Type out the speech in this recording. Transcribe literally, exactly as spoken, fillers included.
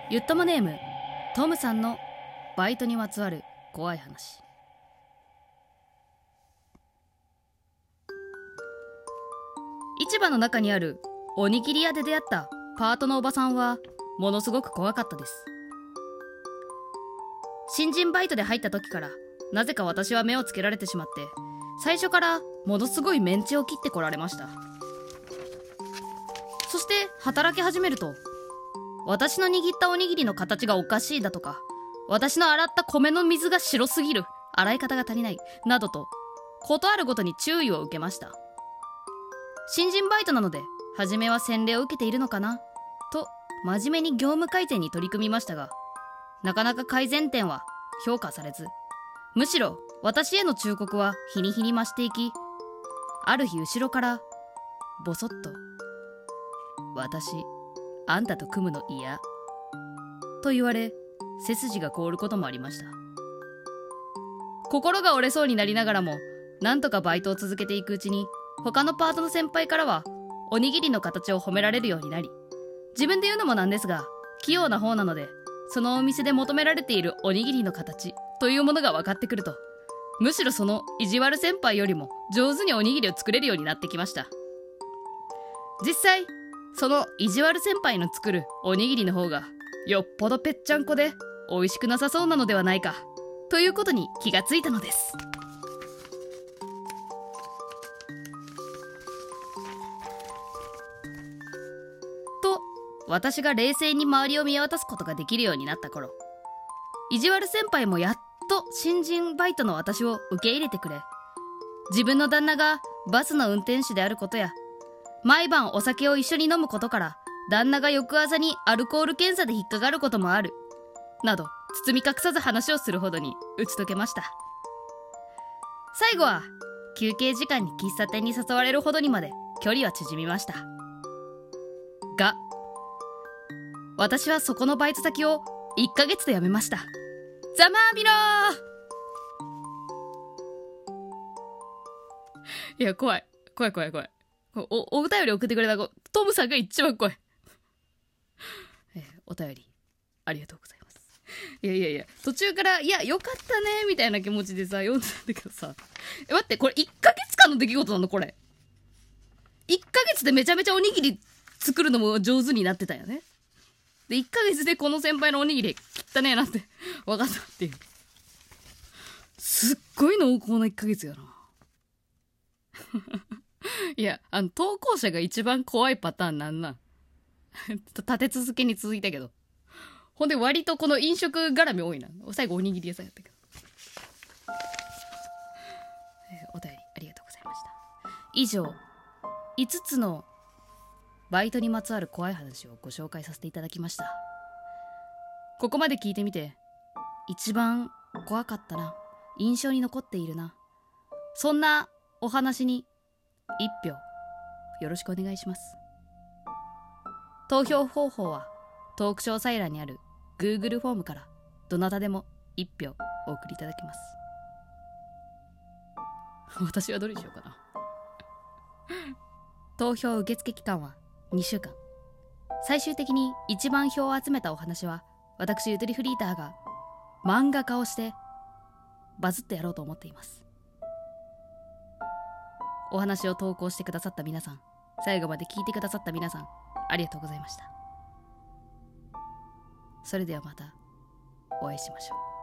ゆったまネームトムさんのバイトにまつわる怖い話。市場の中にあるおにぎり屋で出会ったパートのおばさんはものすごく怖かったです。新人バイトで入った時からなぜか私は目をつけられてしまって、最初からものすごいメンチを切ってこられました。そして働き始めると、私の握ったおにぎりの形がおかしいだとか、私の洗った米の水が白すぎる、洗い方が足りないなどとことあるごとに注意を受けました。新人バイトなので初めは洗礼を受けているのかなと真面目に業務改善に取り組みましたが、なかなか改善点は評価されず、むしろ私への忠告は日に日に増していき、ある日後ろからボソッと、私あんたと組むの嫌と言われ、背筋が凍ることもありました。心が折れそうになりながらもなんとかバイトを続けていくうちに、他のパートの先輩からはおにぎりの形を褒められるようになり、自分で言うのもなんですが器用な方なので、そのお店で求められているおにぎりの形というものが分かってくると、むしろその意地悪先輩よりも上手におにぎりを作れるようになってきました。実際その意地悪先輩の作るおにぎりの方がよっぽどぺっちゃんこで美味しくなさそうなのではないかということに気がついたのです。と私が冷静に周りを見渡すことができるようになった頃、意地悪先輩もやっと新人バイトの私を受け入れてくれ、自分の旦那がバスの運転手であることや、毎晩お酒を一緒に飲むことから旦那が翌朝にアルコール検査で引っかかることもあるなど、包み隠さず話をするほどに打ち解けました。最後は休憩時間に喫茶店に誘われるほどにまで距離は縮みましたが、私はそこのバイト先をいっかげつで辞めました。ざまあみろー。いや、怖い怖い怖い怖い。お、お便り送ってくれたトムさんが一番怖い。えー、お便りありがとうございます。いやいやいや、途中からいやよかったねみたいな気持ちでさ読んでたんだけどさ、え待って、これいっかげつかんの出来事なの？これいっかげつでめちゃめちゃおにぎり作るのも上手になってたよね。でいっかげつでこの先輩のおにぎり汚ねえなって分かったっていう、すっごい濃厚ないっかげつやな。いや、あの投稿者が一番怖いパターンなんなん立て続けに続いたけど、ほんで割とこの飲食絡み多いな。最後おにぎり屋さんやったけど、えー、お便りありがとうございました。以上いつつのバイトにまつわる怖い話をご紹介させていただきました。ここまで聞いてみて一番怖かったな、印象に残っているな、そんなお話に一票よろしくお願いします。投票方法はトーク詳細欄にある Google フォームからどなたでも一票お送りいただけます。私はどれにしようかな。投票受付期間はにしゅうかん。最終的に一番票を集めたお話は私ゆとりフリーターが漫画化をしてバズってやろうと思っています。お話を投稿してくださった皆さん、最後まで聞いてくださった皆さん、ありがとうございました。それではまたお会いしましょう。